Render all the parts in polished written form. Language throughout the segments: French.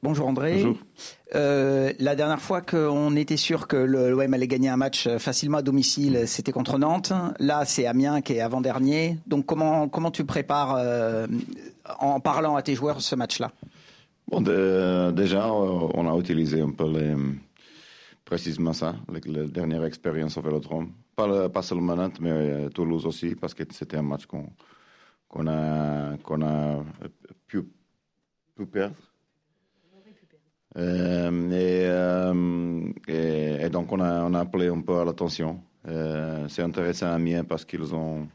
Bonjour André. Bonjour. La dernière fois qu'on était sûr que l'OM allait gagner un match facilement à domicile, c'était contre Nantes. Là, c'est Amiens qui est avant-dernier. Donc comment tu prépares, en parlant à tes joueurs, ce match-là? Bon, déjà, on a utilisé un peu précisément ça, la dernière expérience au Vélodrome. Pas seulement Nantes, mais Toulouse aussi, parce que c'était un match qu'on a pu perdre. Et donc on a appelé un peu à l'attention. C'est intéressant à Amiens parce qu'ils sont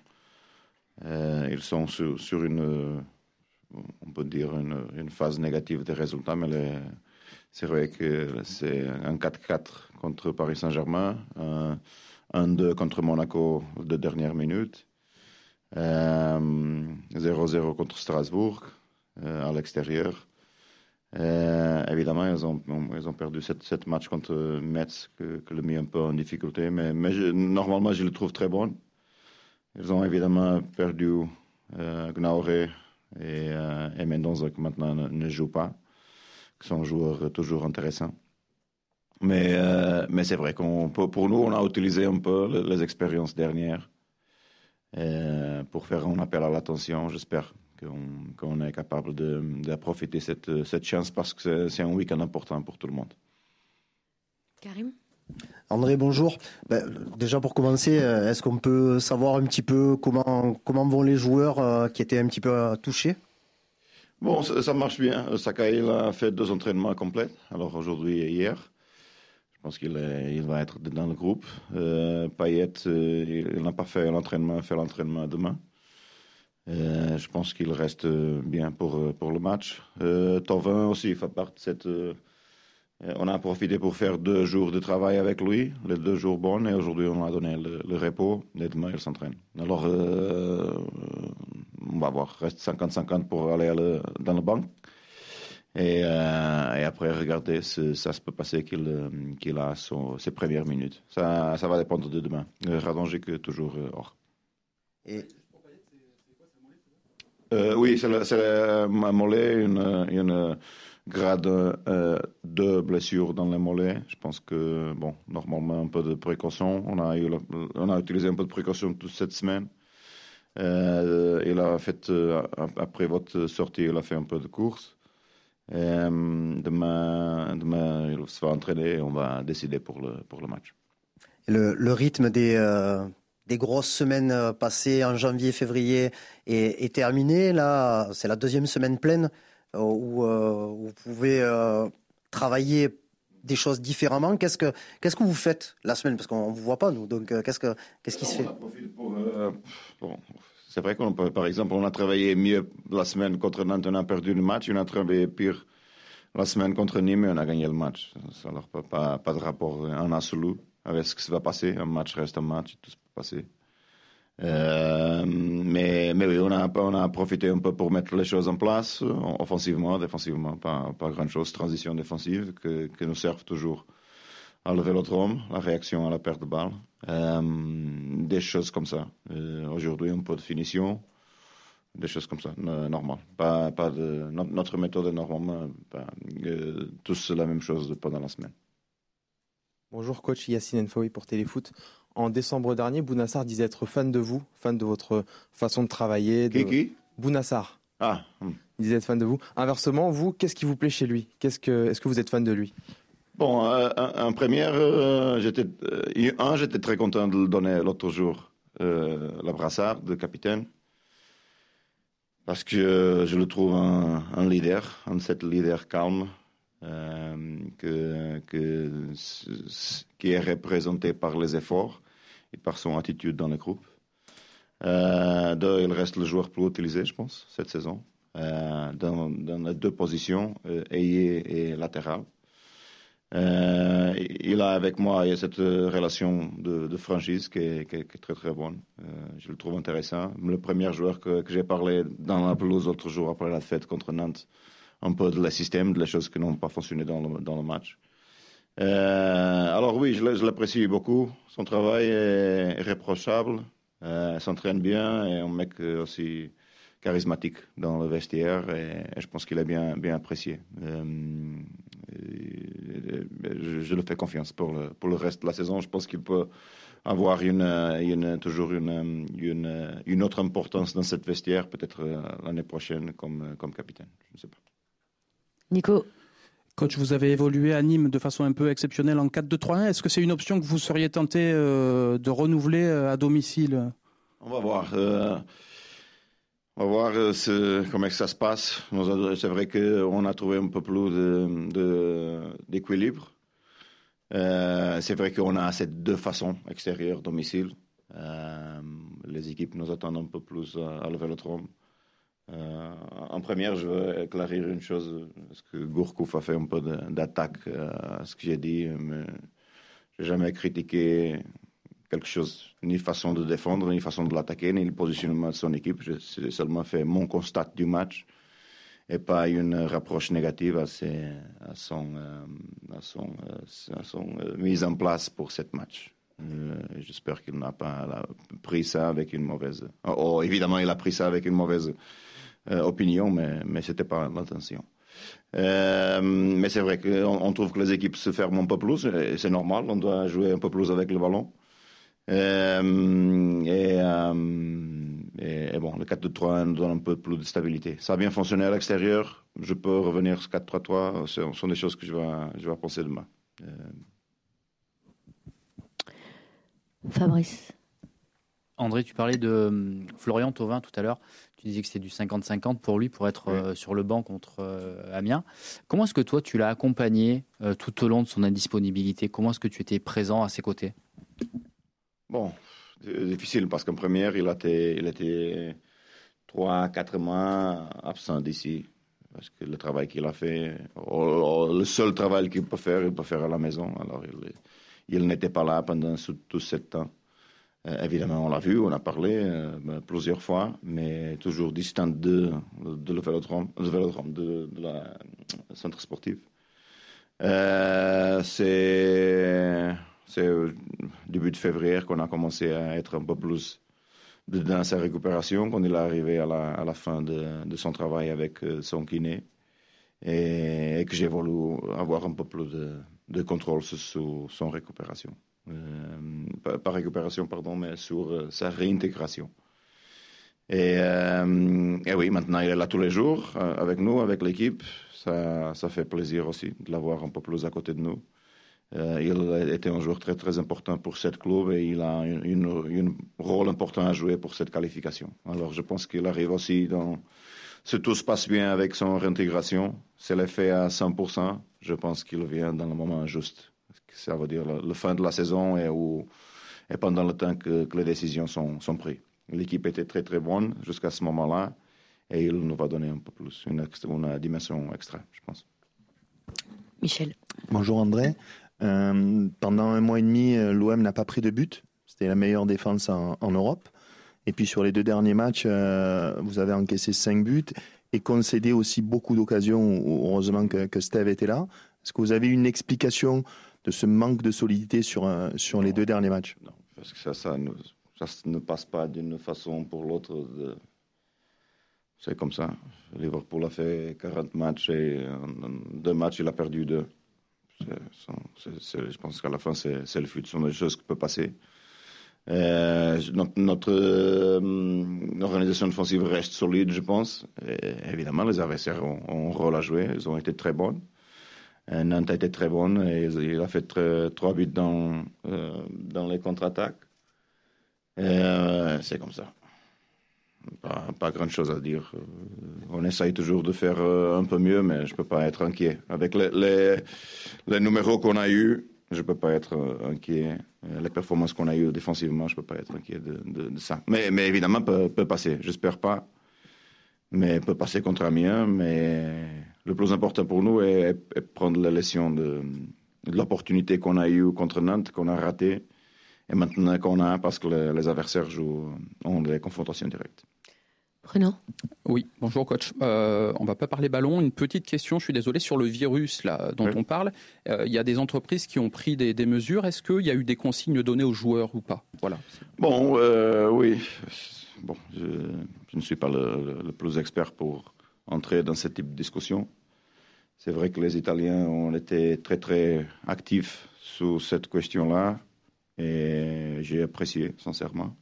sur une, on peut dire une phase négative des résultats, mais c'est vrai que c'est un 4-4 contre Paris Saint-Germain, un 1-2 contre Monaco de dernière minute, 0-0 contre Strasbourg à l'extérieur. Évidemment, ils ont perdu 7 matchs contre Metz, que le mis un peu en difficulté, mais normalement, je le trouve très bon. Ils ont évidemment perdu Gnauré et Mendoza, qui maintenant ne joue pas, qui sont joueurs toujours intéressants. Mais c'est vrai pour nous, on a utilisé un peu les expériences dernières pour faire un appel à l'attention. J'espère qu'on est capable de profiter de cette chance parce que c'est un week-end important pour tout le monde. Karim ? André, bonjour. Déjà pour commencer, est-ce qu'on peut savoir un petit peu comment vont les joueurs qui étaient un petit peu touchés ? Bon, ça marche bien. Sakai a fait 2 entraînements complets, alors aujourd'hui et hier. Je pense qu'il va être dans le groupe. Payet, il n'a pas fait l'entraînement, il fait l'entraînement demain. Je pense qu'il reste bien pour le match. Thauvin aussi fait partie de cette... on a profité pour faire 2 jours de travail avec lui, les 2 jours bons, et aujourd'hui on a donné le repos, et demain il s'entraîne. Alors, on va voir, reste 50-50 pour aller dans le banc. Et après, regarder si ça se peut passer qu'il a ses premières minutes. Ça va dépendre de demain. Radonjic est toujours hors. Et... oui, c'est le mollet, une grade 2 blessure dans le mollet. Je pense que, bon, normalement, un peu de précaution. On a utilisé un peu de précaution toute cette semaine. Il a fait, après votre sortie, il a fait un peu de course. Demain, il se va entraîner et on va décider pour le match. Le rythme des grosses semaines passées en janvier, février est terminé. Là, c'est la 2e semaine pleine où vous pouvez travailler des choses différemment. Qu'est-ce que vous faites la semaine ? Parce qu'on ne vous voit pas, nous. Donc, qu'est-ce qui se fait ? C'est vrai qu'on peut, par exemple, on a travaillé mieux la semaine contre Nantes, on a perdu le match. On a travaillé pire la semaine contre Nîmes et on a gagné le match. Ça n'a pas de rapport en absolu avec ce qui va passer. Un match reste un match, tout se peut passer. Mais oui, on a profité un peu pour mettre les choses en place, offensivement, défensivement, pas grand-chose. Transition défensive que nous servent toujours à le Vélodrome, la réaction à la perte de balle. Des choses comme ça. Aujourd'hui, un peu de finition, des choses comme ça, normal. Notre méthode est normalement tous la même chose pendant la semaine. Bonjour coach, Yacine Nfoui pour Téléfoot. En décembre dernier, Bounassar disait être fan de vous, fan de votre façon de travailler. Qui Bounassar. Ah. Il disait être fan de vous. Inversement, vous, qu'est-ce qui vous plaît chez lui ? Est-ce que vous êtes fan de lui ? Bon, en première, j'étais très content de le donner l'autre jour, la brassard de capitaine, parce que je le trouve un leader, un leader calme, qui est représenté par les efforts et par son attitude dans le groupe. Il reste le joueur plus utilisé, je pense, cette saison, dans les 2 positions, ailier et latéral. Il a avec moi cette relation de franchise qui est très très bonne. Je le trouve intéressant. Le premier joueur que j'ai parlé dans la pelouse l'autre jour après la fête contre Nantes, un peu de le système, de les choses qui n'ont pas fonctionné dans le match. Alors oui, je l'apprécie beaucoup. Son travail est irréprochable. Il s'entraîne bien et un mec aussi charismatique dans le vestiaire et je pense qu'il est bien apprécié. Je le fais confiance pour le reste de la saison. Je pense qu'il peut avoir toujours une autre importance dans cette vestiaire, peut-être l'année prochaine comme capitaine. Je ne sais pas. Nico. Coach, vous avez évolué à Nîmes de façon un peu exceptionnelle en 4-2-3-1. Est-ce que c'est une option que vous seriez tenté de renouveler à domicile? On va voir. On va voir comment ça se passe. C'est vrai qu'on a trouvé un peu plus d'équilibre. C'est vrai qu'on a ces deux façons, extérieur, domicile. Les équipes nous attendent un peu plus à le Vélodrome. En première, je veux éclairer une chose, parce que Gourcuff a fait un peu d'attaque à ce que j'ai dit, mais je n'ai jamais critiqué quelque chose, ni façon de défendre, ni façon de l'attaquer, ni le positionnement de son équipe. J'ai seulement fait mon constat du match et pas une rapproche négative à son mise en place pour ce match. J'espère qu'il n'a pas pris ça avec une mauvaise... évidemment, il a pris ça avec une mauvaise opinion, mais ce n'était pas l'intention. Mais c'est vrai qu'on trouve que les équipes se ferment un peu plus, et c'est normal, on doit jouer un peu plus avec le ballon. Et bon, le 4-2-3 nous donne un peu plus de stabilité. Ça a bien fonctionné à l'extérieur. Je peux revenir sur 4-3-3. Ce sont des choses que je vais penser demain. Fabrice. André, tu parlais de Florian Thauvin tout à l'heure. Tu disais que c'était du 50-50 pour lui, pour être sur le banc contre Amiens. Comment est-ce que toi, tu l'as accompagné tout au long de son indisponibilité? Comment est-ce que tu étais présent à ses côtés? Bon, c'est difficile parce qu'en première, il était 3-4 mois absent d'ici. Parce que le travail qu'il a fait, le seul travail qu'il peut faire, il peut faire à la maison. Alors, il n'était pas là pendant tout ce temps. Évidemment, on l'a vu, on a parlé plusieurs fois, mais toujours distant de le Vélodrome, de la centre sportif. C'est au début de février qu'on a commencé à être un peu plus dans sa récupération, quand il est arrivé à la fin de son travail avec son kiné, et que j'ai voulu avoir un peu plus de contrôle sur son récupération. Pas récupération, pardon, mais sur sa réintégration. Et oui, maintenant il est là tous les jours avec nous, avec l'équipe. Ça fait plaisir aussi de l'avoir un peu plus à côté de nous. Il était un joueur très très important pour cette club et il a un rôle important à jouer pour cette qualification. Alors je pense qu'il arrive aussi si tout se passe bien avec son réintégration, c'est l'effet à 100%. Je pense qu'il vient dans le moment juste. Ça veut dire la fin de la saison et pendant le temps que les décisions sont prises. L'équipe était très très bonne jusqu'à ce moment-là et il nous va donner un peu plus, une dimension extra, je pense. Michel. Bonjour André. Pendant un mois et demi, l'OM n'a pas pris de but. C'était la meilleure défense en Europe. Et puis sur les 2 derniers matchs, vous avez encaissé 5 buts et concédé aussi beaucoup d'occasions. Heureusement que Steve était là. Est-ce que vous avez une explication de ce manque de solidité sur les 2 derniers matchs? Non, parce que ça ne passe pas d'une façon pour l'autre. C'est comme ça. Liverpool a fait 40 matchs et en 2 matchs, il a perdu 2. Je pense qu'à la fin, c'est le foot. Ce sont des choses qui peuvent passer. Notre organisation offensive reste solide, je pense. Et évidemment, les adversaires ont un rôle à jouer. Ils ont été très bons. Nantes a été très bonne et il a fait 3 buts dans les contre-attaques. C'est comme ça. Pas grand-chose à dire. On essaye toujours de faire un peu mieux, mais je ne peux pas être inquiet. Avec les numéros qu'on a eus, je ne peux pas être inquiet. Les performances qu'on a eues défensivement, je ne peux pas être inquiet de ça. Mais évidemment, peut passer. J'espère pas. Mais peut passer contre Amiens. Mais le plus important pour nous est prendre la leçon de l'opportunité qu'on a eue contre Nantes, qu'on a ratée. Et maintenant qu'on a, parce que les adversaires ont des confrontations directes. Bruno. Oui, bonjour coach. On va pas parler ballon. Une petite question, je suis désolé, sur le virus là, dont on parle. Il y a des entreprises qui ont pris des mesures. Est-ce qu'il y a eu des consignes données aux joueurs ou pas? Voilà. Bon, oui. Bon, je ne suis pas le plus expert pour entrer dans ce type de discussion. c'est vrai que les Italiens ont été très, très actifs sur cette question-là et j'ai apprécié, sincèrement.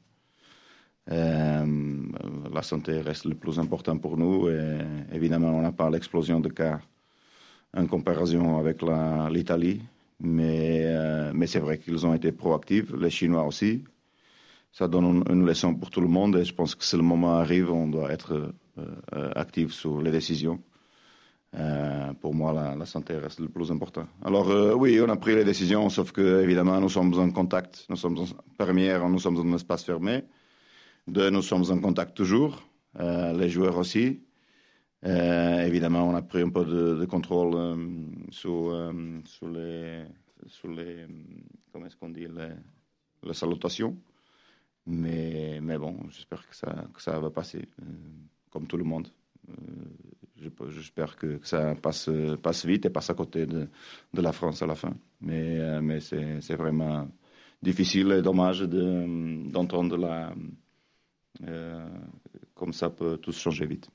La santé reste le plus important pour nous et évidemment, on n'a pas l'explosion de cas en comparaison avec l'Italie, mais c'est vrai qu'ils ont été proactifs, les Chinois aussi. Ça donne une leçon pour tout le monde et je pense que si le moment arrive, on doit être actif sur les décisions. Pour moi, la santé reste le plus important. Alors oui, on a pris les décisions, sauf que évidemment, nous sommes en contact. Nous sommes nous sommes dans un espace fermé. Nous sommes en contact toujours. Les joueurs aussi. Évidemment, on a pris un peu de contrôle sur les comment est-ce qu'on dit les salutations. Mais bon, j'espère que ça va passer comme tout le monde. J'espère que ça passe vite et passe à côté de la France à la fin. Mais c'est vraiment difficile et dommage d'entendre comme ça peut tout changer vite.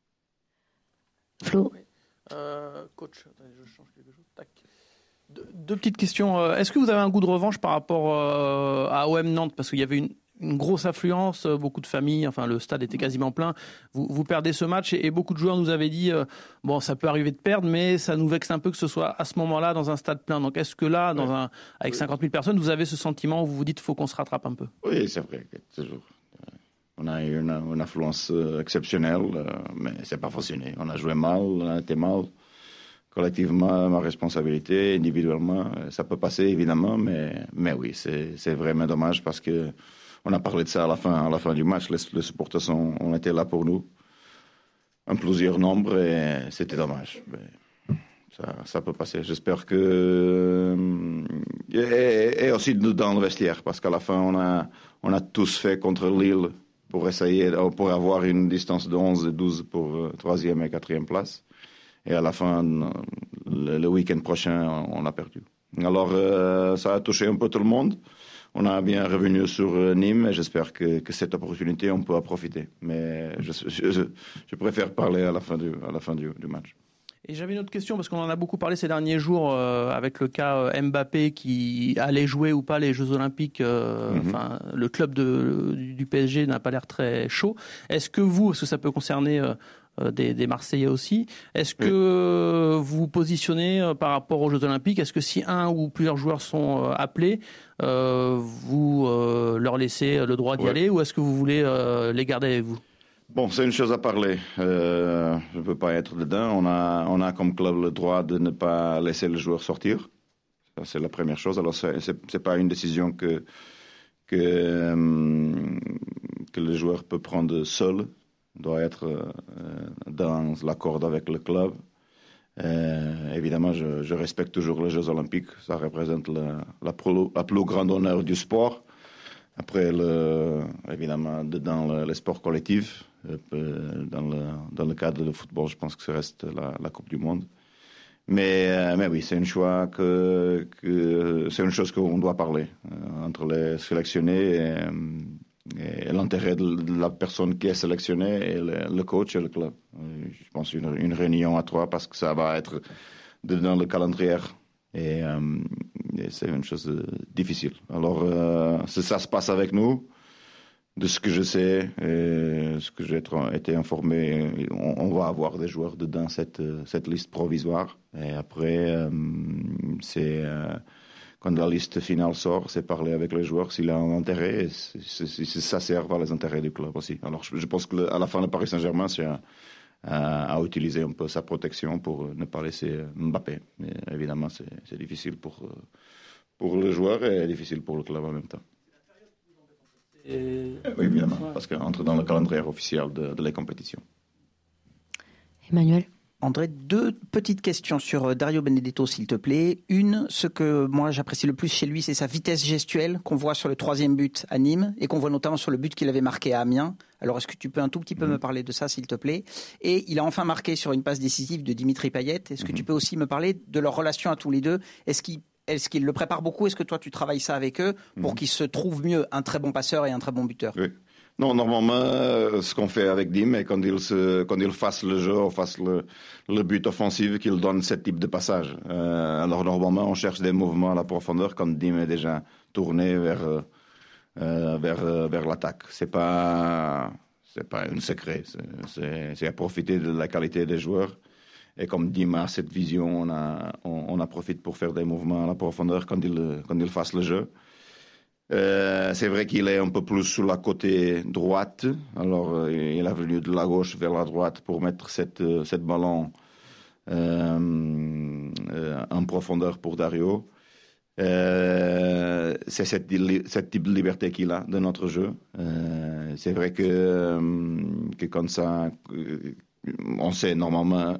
Flo. Coach, je change quelque chose. Tac. Deux petites questions. Est-ce que vous avez un goût de revanche par rapport à OM Nantes? Parce qu'il y avait une grosse affluence, beaucoup de familles, enfin le stade était quasiment plein. Vous perdez ce match et beaucoup de joueurs nous avaient dit bon, ça peut arriver de perdre, mais ça nous vexe un peu que ce soit à ce moment-là dans un stade plein. Donc est-ce que là, avec 50 000 personnes, vous avez ce sentiment où vous vous dites faut qu'on se rattrape un peu? Oui, c'est vrai, toujours. On a eu une affluence exceptionnelle, mais c'est pas fonctionné. On a joué mal, on a été mal. Collectivement, ma responsabilité, individuellement, ça peut passer évidemment, mais oui, c'est vraiment dommage parce que on a parlé de ça à la fin du match. Les supporters ont été là pour nous en plusieurs nombres et c'était dommage. Mais ça peut passer. J'espère que et aussi dans le vestiaire parce qu'à la fin on a tous fait contre Lille pour essayer pour avoir une distance de 11 et 12 pour 3e et 4e place. Et à la fin, le week-end prochain, on a perdu. Alors, ça a touché un peu tout le monde. On a bien revenu sur Nîmes et j'espère que cette opportunité, on peut en profiter. Mais je préfère parler à la fin du match. Et j'avais une autre question, parce qu'on en a beaucoup parlé ces derniers jours avec le cas Mbappé qui allait jouer ou pas les Jeux Olympiques. Enfin, le club du PSG n'a pas l'air très chaud. Est-ce que parce que ça peut concerner des Marseillais aussi, est-ce que vous vous positionnez par rapport aux Jeux Olympiques? Est-ce que si un ou plusieurs joueurs sont appelés, vous leur laissez le droit d'y aller ou est-ce que vous voulez les garder avec vous? Bon, c'est une chose à parler. Je ne veux pas être dedans. On a comme club le droit de ne pas laisser le joueur sortir. Ça, c'est la première chose. Alors, c'est pas une décision que le joueur peut prendre seul. Il doit être dans l'accord avec le club. Évidemment, je respecte toujours les Jeux Olympiques. Ça représente la plus grande honneur du sport. Après, évidemment, dans les sports collectifs, dans le cadre du football, je pense que ça reste la Coupe du Monde. Mais oui, c'est un choix c'est une chose qu'on doit parler entre les sélectionnés et l'intérêt de la personne qui est sélectionnée et le coach et le club. Je pense une réunion à 3 parce que ça va être dans le calendrier. Et c'est une chose difficile. Alors, ça se passe avec nous. De ce que je sais, et ce que j'ai été informé, on va avoir des joueurs dans cette liste provisoire. Et après, quand la liste finale sort, c'est parler avec les joueurs s'il a un intérêt. Ça sert à les intérêts du club aussi. Alors, je pense qu'à la fin, le Paris Saint-Germain, c'est à utiliser un peu sa protection pour ne pas laisser Mbappé. Mais évidemment, c'est difficile pour le joueur et difficile pour le club en même temps. Oui, évidemment, parce qu'entre dans le calendrier officiel de la compétition. Emmanuel? André, 2 petites questions sur Dario Benedetto, s'il te plaît. Une, ce que moi j'apprécie le plus chez lui, c'est sa vitesse gestuelle qu'on voit sur le 3e but à Nîmes et qu'on voit notamment sur le but qu'il avait marqué à Amiens. Alors, est-ce que tu peux un tout petit peu me parler de ça, s'il te plaît? Et il a enfin marqué sur une passe décisive de Dimitri Payet. Est-ce que tu peux aussi me parler de leur relation à tous les deux? Est-ce qu'ils le préparent beaucoup? Est-ce que toi, tu travailles ça avec eux pour qu'ils se trouvent mieux un très bon passeur et un très bon buteur? Oui. Non, normalement, ce qu'on fait avec Dim, est quand il fasse le jeu, ou fasse le but offensif, qu'il donne ce type de passage. Alors normalement, on cherche des mouvements à la profondeur quand Dim est déjà tourné vers l'attaque. C'est pas un secret. C'est à profiter de la qualité des joueurs. Et comme Dim a cette vision, on en profite pour faire des mouvements à la profondeur quand il fasse le jeu. C'est vrai qu'il est un peu plus sur la côté droite. Alors, il est venu de la gauche vers la droite pour mettre cette ballon en profondeur pour Dario. C'est cette type de liberté qu'il a dans notre jeu. C'est vrai que comme ça, on sait normalement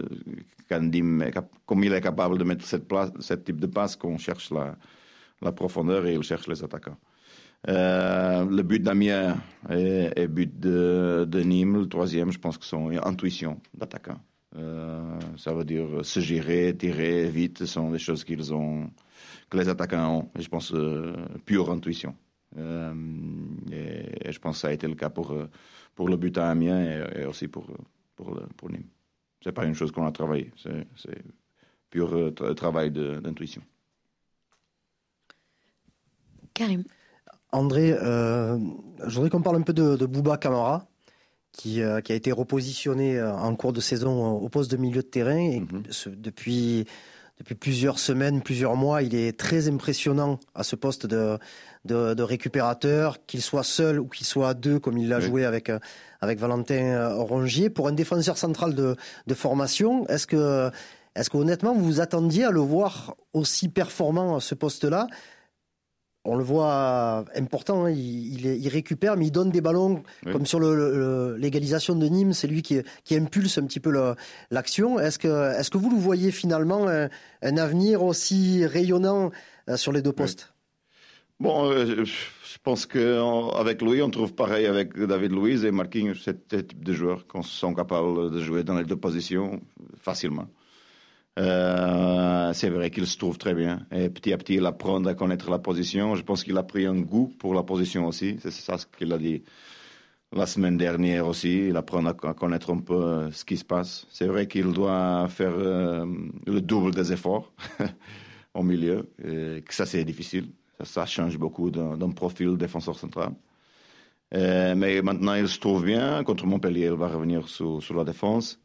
comme il est capable de mettre cette type de passe, qu'on cherche la profondeur et il cherche les attaquants. Le but d'Amiens et but de Nîmes, le troisième, je pense que sont intuition d'attaquant. Ça veut dire se gérer, tirer vite, ce sont des choses que les attaquants ont. Et je pense pure intuition. Et je pense que ça a été le cas pour le but à Amiens et aussi pour Nîmes. C'est pas une chose qu'on a travaillé, c'est pur travail d'intuition. Karim. André, je voudrais qu'on parle un peu de Bouba Kamara, qui a été repositionné en cours de saison au poste de milieu de terrain. Et depuis plusieurs semaines, plusieurs mois, il est très impressionnant à ce poste de récupérateur, qu'il soit seul ou qu'il soit à deux, comme il l'a joué avec Valentin Rongier. Pour un défenseur central de formation, est-ce que honnêtement vous vous attendiez à le voir aussi performant à ce poste-là? On le voit important, il récupère, mais il donne des ballons, comme sur l'égalisation de Nîmes, c'est lui qui impulse un petit peu l'action. Est-ce que vous le voyez finalement un avenir aussi rayonnant sur les deux postes? Bon, je pense qu'avec Louis, on trouve pareil avec David Luiz et Marquinhos, ce type de joueurs qui sont capables de jouer dans les deux positions facilement. C'est vrai qu'il se trouve très bien et petit à petit il apprend à connaître la position. Je pense qu'il a pris un goût pour la position aussi, c'est ça ce qu'il a dit la semaine dernière aussi. Il apprend à connaître un peu ce qui se passe. C'est vrai qu'il doit faire le double des efforts au milieu et que ça c'est difficile, ça change beaucoup d'un profil défenseur central. Mais maintenant il se trouve bien. Contre Montpellier il va revenir sur la défense.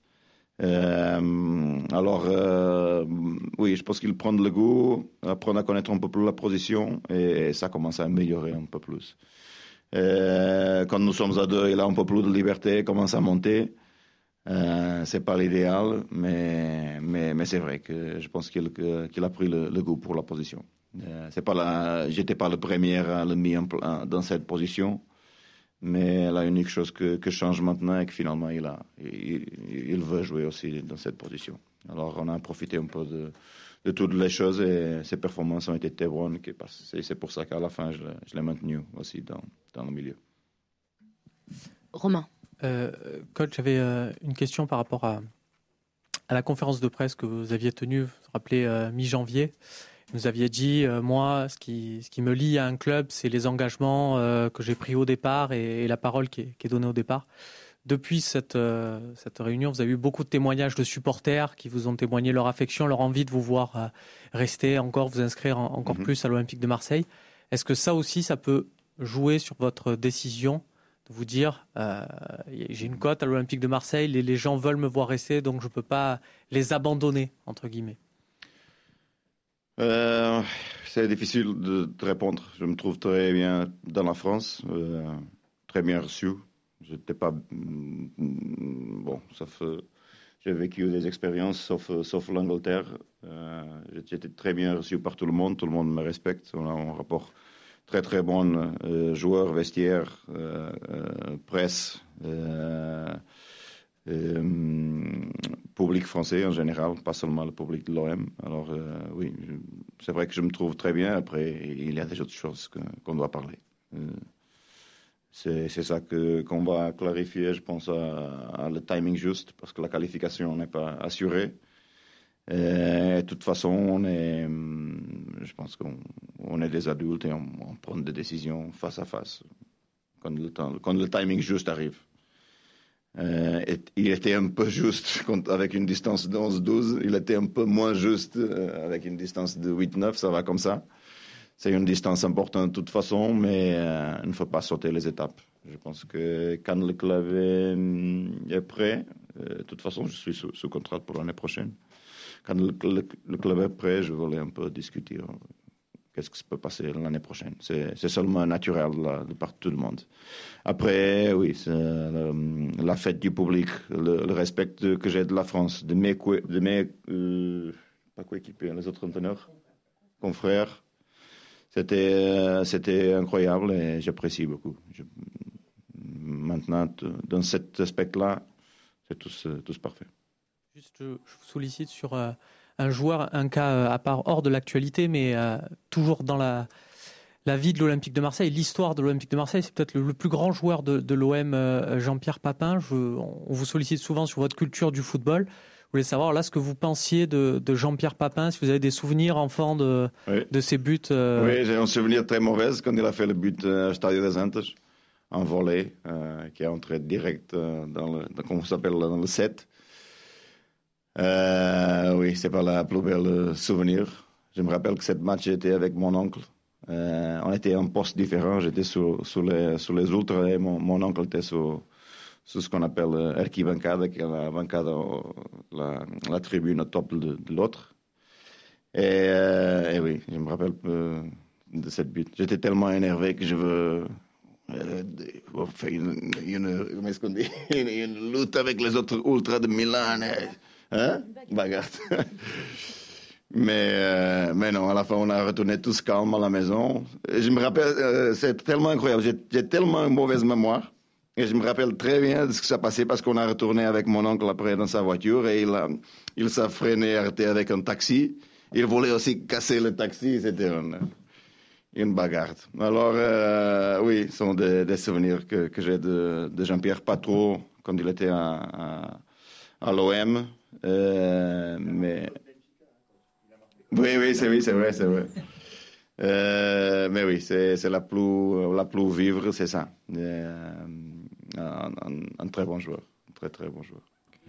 Alors, oui, je pense qu'il prend le goût, apprend à connaître un peu plus la position et ça commence à améliorer un peu plus. Quand nous sommes à deux, il a un peu plus de liberté, commence à monter. C'est pas l'idéal, mais c'est vrai que je pense qu'il a pris le goût pour la position. J'étais pas le premier à le mettre dans cette position. Mais la unique chose que change maintenant est que finalement il veut jouer aussi dans cette position. Alors on a profité un peu de toutes les choses et ses performances ont été très bonnes. C'est pour ça qu'à la fin je l'ai maintenu aussi dans le milieu. Romain. Coach, j'avais une question par rapport à la conférence de presse que vous aviez tenue, vous vous rappelez, mi-janvier. Vous aviez dit, moi, ce qui me lie à un club, c'est les engagements que j'ai pris au départ et la parole qui est donnée au départ. Depuis cette réunion, vous avez eu beaucoup de témoignages de supporters qui vous ont témoigné leur affection, leur envie de vous voir rester encore, vous inscrire encore plus à l'Olympique de Marseille. Est-ce que ça aussi, ça peut jouer sur votre décision de vous dire, j'ai une cote à l'Olympique de Marseille, les gens veulent me voir rester, donc je ne peux pas les abandonner, entre guillemets? C'est difficile de répondre. Je me trouve très bien dans la France, très bien reçu. J'étais pas bon, sauf j'ai vécu des expériences, sauf l'Angleterre. J'étais très bien reçu par tout le monde me respecte. On a un rapport très très bon, joueurs, vestiaires, presse. Public français en général, pas seulement le public de l'OM. Alors oui, c'est vrai que je me trouve très bien. Après, il y a des autres choses qu'on doit parler. C'est ça qu'on va clarifier, je pense, à le timing juste, parce que la qualification n'est pas assurée. Et de toute façon, je pense qu'on est des adultes et on prend des décisions face à face. quand le timing juste arrive. Il était un peu juste avec une distance de 11-12. Il était un peu moins juste avec une distance de 8-9. Ça va comme ça. C'est une distance importante de toute façon, mais il ne faut pas sauter les étapes. Je pense que quand le club est prêt, de toute façon, je suis sous contrat pour l'année prochaine. Quand le club est prêt, je voulais un peu discuter qu'est-ce qui se peut passer l'année prochaine. C'est seulement naturel de part de tout le monde. Après, oui, c'est la fête du public, le respect que j'ai de la France, de mes pas coéquipiers, les autres entraîneurs, confrères. C'était incroyable et j'apprécie beaucoup. Maintenant, dans cet aspect-là, c'est tous parfait. Juste, je vous sollicite sur un joueur, un cas à part hors de l'actualité, mais toujours dans la vie de l'Olympique de Marseille, l'histoire de l'Olympique de Marseille. C'est peut-être le plus grand joueur de l'OM, Jean-Pierre Papin. On vous sollicite souvent sur votre culture du football. Je voulais savoir là ce que vous pensiez de Jean-Pierre Papin, si vous avez des souvenirs enfants de ses buts. Oui, j'ai un souvenir très mauvais quand il a fait le but au Stadio des Antes, en volée, qui est entré direct dans le 7. Oui, c'est pas la plus belle souvenir. Je me rappelle que cette match était avec mon oncle. On était en poste différent. J'étais sous les ultras et mon oncle était sous ce qu'on appelle arquibancada, qui est la bancada, la tribune au top de l'autre. Et oui, je me rappelle de cette but. J'étais tellement énervé que je veux faire une lutte avec les autres ultras de Milan. Hein? Bagarre. Mais non, à la fin, on a retourné tous calmes à la maison. Et je me rappelle, c'est tellement incroyable. J'ai tellement une mauvaise mémoire. Et je me rappelle très bien de ce qui s'est passé parce qu'on a retourné avec mon oncle après dans sa voiture et il s'est freiné, arrêté avec un taxi. Il voulait aussi casser le taxi. C'était une bagarre. Alors, oui, ce sont des souvenirs que j'ai de Jean-Pierre, pas trop quand il était à l'OM. Mais oui, c'est vrai. Mais oui, c'est la plus vivre, c'est ça. Un très bon joueur, très bon joueur.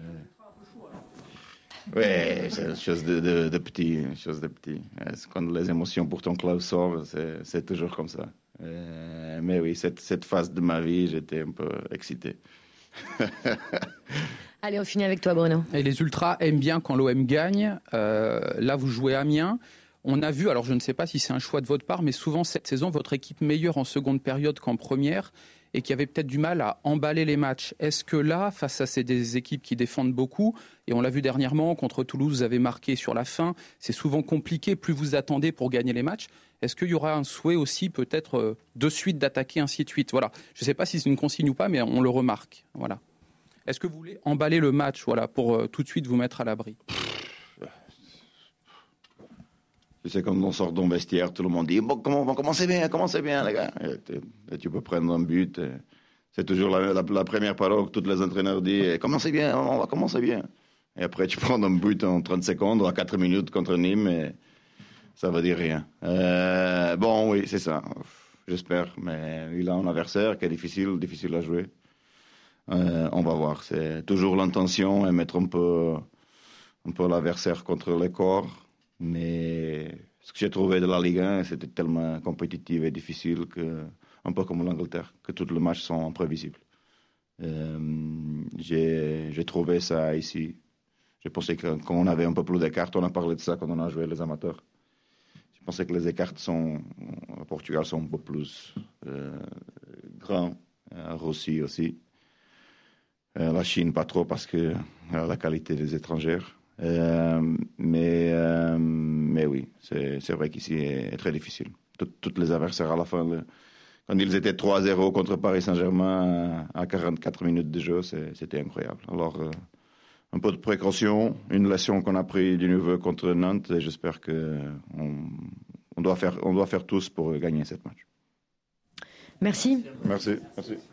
Oui, c'est une chose de petit, Quand les émotions pour ton club sortent, c'est toujours comme ça. Mais oui, cette phase de ma vie, j'étais un peu excité. Allez, on finit avec toi, Bruno. Et les Ultras aiment bien quand l'OM gagne. Là, vous jouez à Amiens. On a vu, alors je ne sais pas si c'est un choix de votre part, mais souvent cette saison, votre équipe meilleure en seconde période qu'en première et qui avait peut-être du mal à emballer les matchs. Est-ce que là, face à des équipes qui défendent beaucoup, et on l'a vu dernièrement, contre Toulouse, vous avez marqué sur la fin, c'est souvent compliqué, plus vous attendez pour gagner les matchs. Est-ce qu'il y aura un souhait aussi peut-être de suite d'attaquer, ainsi de suite? Voilà. Je ne sais pas si c'est une consigne ou pas, mais on le remarque. Voilà. Est-ce que vous voulez emballer le match pour tout de suite vous mettre à l'abri? C'est comme on sort d'un vestiaire, tout le monde dit bon, commencez bien les gars. Et tu peux prendre un but. C'est toujours la première parole que tous les entraîneurs disent commencez bien, on va commencer bien. Et après tu prends un but en 30 secondes ou à 4 minutes contre Nîmes et ça veut dire rien. Bon oui, c'est ça. J'espère, mais il a un adversaire qui est difficile à jouer. On va voir. C'est toujours l'intention et mettre un peu l'adversaire contre le corps. Mais ce que j'ai trouvé de la Ligue 1, c'était tellement compétitif et difficile un peu comme l'Angleterre, que tous les matchs sont imprévisibles. J'ai trouvé ça ici. J'ai pensé qu'on avait un peu plus d'écart. On a parlé de ça quand on a joué les amateurs. Je pensais que les écarts au Portugal sont un peu plus grands. En Russie aussi. La Chine, pas trop parce que la qualité des étrangers. Mais oui, c'est vrai qu'ici est très difficile. Tous les adversaires à la fin, quand ils étaient 3-0 contre Paris Saint-Germain à 44 minutes de jeu, c'était incroyable. Alors, un peu de précaution, une leçon qu'on a pris du nouveau contre Nantes, et j'espère qu'on doit faire tous pour gagner cette match. Merci. Merci.